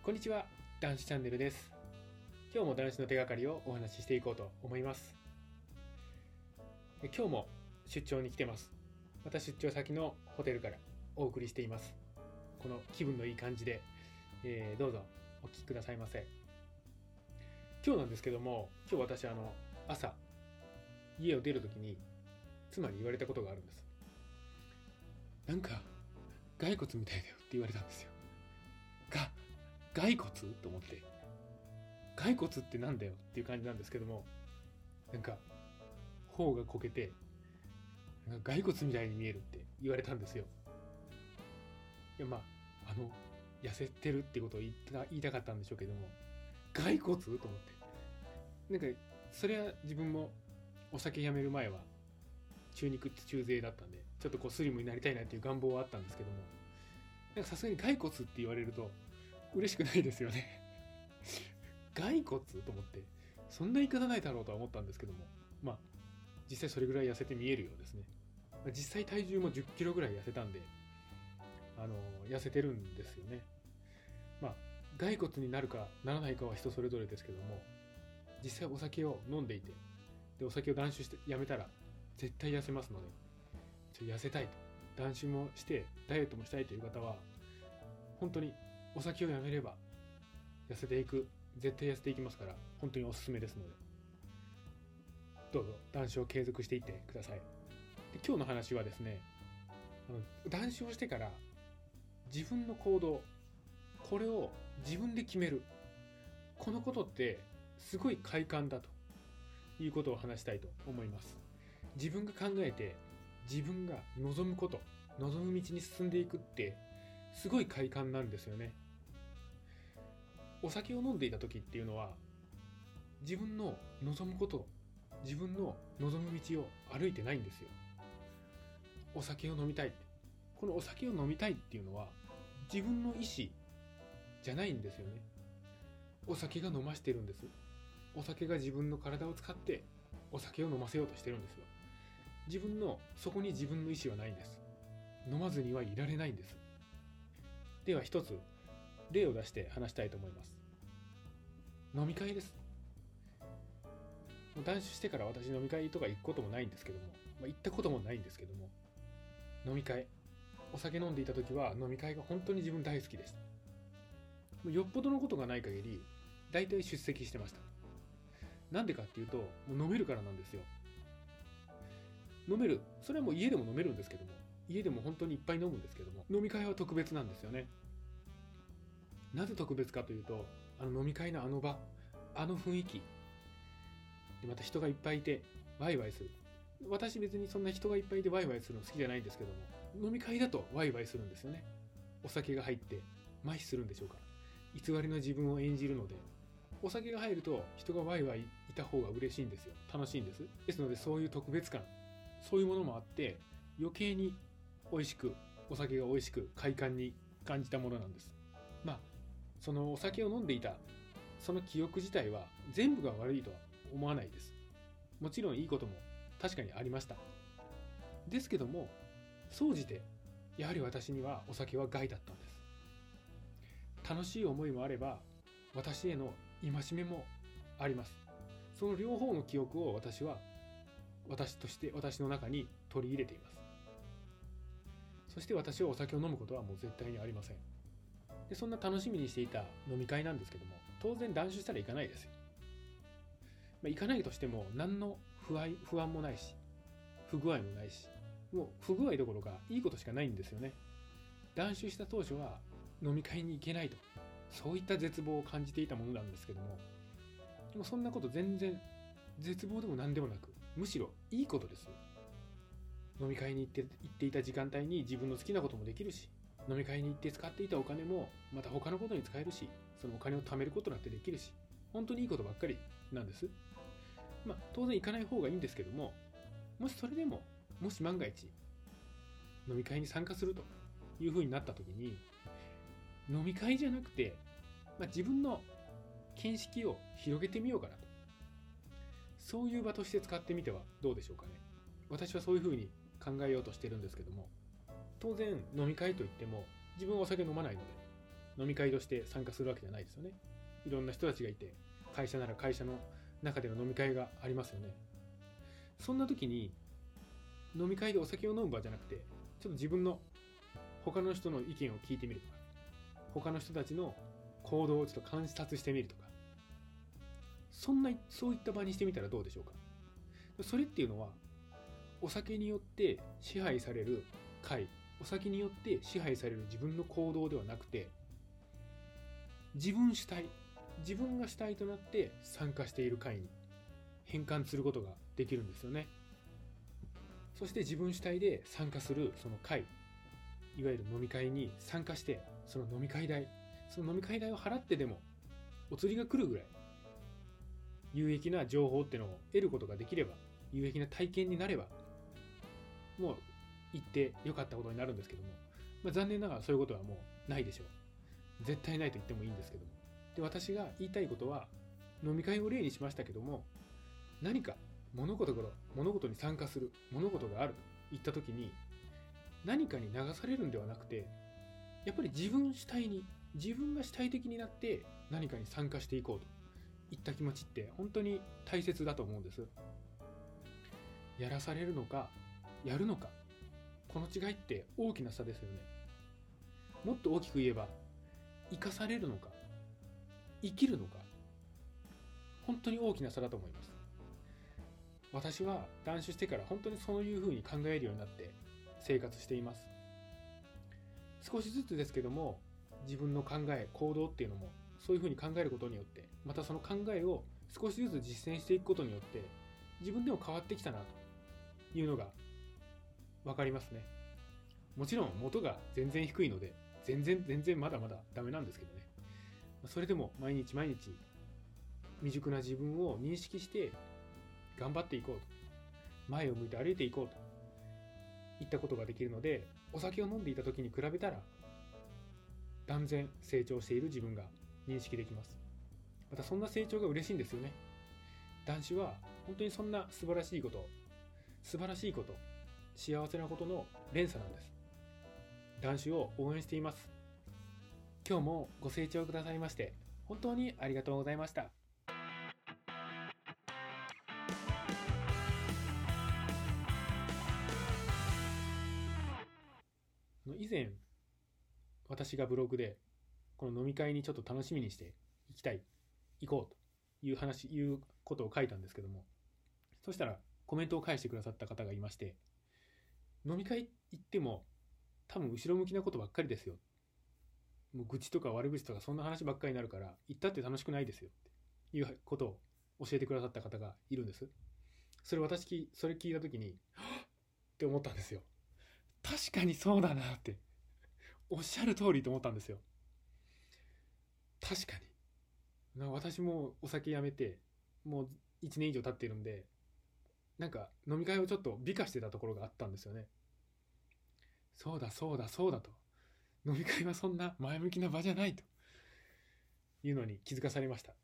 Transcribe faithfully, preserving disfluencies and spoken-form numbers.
こんにちは、男子チャンネルです。今日も男子の手がかりをお話ししていこうと思います。今日も出張に来てます。また出張先のホテルからお送りしています。この気分のいい感じで、えー、どうぞお聞きくださいませ。今日なんですけども、今日私あの朝家を出るときに妻に言われたことがあるんです。なんか骸骨みたいだよって言われたんですよ。が骸骨と思って、骸骨ってなんだよっていう感じなんですけども、なんか頬がこけてなんか骸骨みたいに見えるって言われたんですよ。いやまああの痩せてるってことを言いた言いたかったんでしょうけども、骸骨と思って、なんかそれは自分もお酒やめる前は中肉中背だったんで、ちょっとこうスリムになりたいなっていう願望はあったんですけども、なんかさすがに骸骨って言われると嬉しくないですよね。骸骨と思って、そんな言い方ないだろうとは思ったんですけども、まあ実際それぐらい痩せて見えるようですね。実際体重もじゅっキロぐらい痩せたんで、あの痩せてるんですよね。まあ骸骨になるかならないかは人それぞれですけども、実際お酒を飲んでいて、でお酒を断酒してやめたら絶対痩せますので、ちょっと痩せたいと、断酒もしてダイエットもしたいという方は、本当にお酒をやめれば痩せていく、絶対痩せていきますから、本当におすすめですので、どうぞ断酒を継続していってください。で今日の話はですね、あの断酒をしてから自分の行動、これを自分で決める、このことってすごい快感だということを話したいと思います。自分が考えて自分が望むこと、望む道に進んでいくってすごい快感なんですよね。お酒を飲んでいた時っていうのは、自分の望むこと、自分の望む道を歩いてないんですよ。お酒を飲みたい、このお酒を飲みたいっていうのは自分の意思じゃないんですよね。お酒が飲ましてるんです。お酒が自分の体を使ってお酒を飲ませようとしてるんですよ。自分のそこに自分の意思はないんです。飲まずにはいられないんです。では一つ例を出して話したいと思います。飲み会です。断酒してから私飲み会とか行くこともないんですけども、まあ、行ったこともないんですけども、飲み会、お酒飲んでいた時は飲み会が本当に自分大好きでした。よっぽどのことがない限り大体出席してました。なんでかっていうと、もう飲めるからなんですよ。飲める、それはもう家でも飲めるんですけども、家でも本当にいっぱい飲むんですけども、飲み会は特別なんですよね。なぜ特別かというと、あの飲み会のあの場、あの雰囲気で、また人がいっぱいいてワイワイする。私別にそんな人がいっぱいいてワイワイするの好きじゃないんですけども、飲み会だとワイワイするんですよね。お酒が入って麻痺するんでしょうか、偽りの自分を演じるので、お酒が入ると人がワイワイいた方が嬉しいんですよ。楽しいんです。ですので、そういう特別感、そういうものもあって余計に美味しく、お酒が美味しく快感に感じたものなんです。まあそのお酒を飲んでいたその記憶自体は全部が悪いとは思わないです。もちろんいいことも確かにありました。ですけども、総じてやはり私にはお酒は害だったんです。楽しい思いもあれば、私への戒めもあります。その両方の記憶を私は私として私の中に取り入れています。そして私はお酒を飲むことはもう絶対にありません。でそんな楽しみにしていた飲み会なんですけども、当然断酒したら行かないですよ。まあ、行かないとしても何の不安不安もないし、不具合もないし、もう不具合どころかいいことしかないんですよね。断酒した当初は飲み会に行けないと、そういった絶望を感じていたものなんですけども、でもそんなこと全然絶望でも何でもなく、むしろいいことですよ。飲み会に行って行っていた時間帯に自分の好きなこともできるし、飲み会に行って使っていたお金もまた他のことに使えるし、そのお金を貯めることだってできるし、本当にいいことばっかりなんです。まあ当然行かない方がいいんですけども、もしそれでも、もし万が一飲み会に参加するという風になった時に、飲み会じゃなくて、まあ、自分の見識を広げてみようかなと、そういう場として使ってみてはどうでしょうかね。私はそういう風に考えようとしてるんですけども、当然飲み会といっても自分はお酒飲まないので、 飲み会として参加するわけじゃないですよね。いろんな人たちがいて、会社なら会社の中での飲み会がありますよね。そんな時に飲み会でお酒を飲む場じゃなくて、ちょっと自分の他の人の意見を聞いてみるとか、他の人たちの行動をちょっと観察してみるとか、そんなそういった場にしてみたらどうでしょうか。それっていうのは、お酒によって支配される会、お酒によって支配される自分の行動ではなくて、自分主体、自分が主体となって参加している会に変換することができるんですよね。そして自分主体で参加するその会、いわゆる飲み会に参加して、その飲み会代、その飲み会代を払ってでもお釣りが来るぐらい有益な情報っていうのを得ることができれば、有益な体験になれば、もう行ってよかったことになるんですけども、まあ、残念ながらそういうことはもうないでしょう。絶対ないと言ってもいいんですけども。で、私が言いたいことは、飲み会を例にしましたけども、何か物事が物事に参加する、物事があるといったときに、何かに流されるんではなくて、やっぱり自分主体に、自分が主体的になって何かに参加していこうといった気持ちって本当に大切だと思うんです。やらされるのか、やるのか、この違いって大きな差ですよね。もっと大きく言えば、生かされるのか、生きるのか、本当に大きな差だと思います。私は断酒してから本当にそういうふうに考えるようになって生活しています。少しずつですけども、自分の考え、行動っていうのもそういうふうに考えることによって、またその考えを少しずつ実践していくことによって、自分でも変わってきたなというのが分かりますね。もちろん元が全然低いので、全然全然まだまだダメなんですけどね。それでも毎日毎日未熟な自分を認識して頑張っていこうと、前を向いて歩いていこうといったことができるので、お酒を飲んでいた時に比べたら断然成長している自分が認識できます。またそんな成長が嬉しいんですよね。断酒は本当にそんな素晴らしいこと、素晴らしいこと、幸せなことの連鎖なんです。断酒を応援しています。今日もご清聴くださいまして本当にありがとうございました。以前私がブログでこの飲み会にちょっと楽しみにして行きたい、行こうという話、いうことを書いたんですけども、そしたらコメントを返してくださった方がいまして、飲み会行っても多分後ろ向きなことばっかりですよ、もう愚痴とか悪口とかそんな話ばっかりになるから行ったって楽しくないですよっていうことを教えてくださった方がいるんです。それ私それ聞いた時にって思ったんですよ。確かにそうだなっておっしゃる通りと思ったんですよ。確かにな、私もお酒やめてもういちねん以上経ってるんで、なんか飲み会をちょっと美化してたところがあったんですよね。そうだそうだそうだと、飲み会はそんな前向きな場じゃないというのに気づかされました。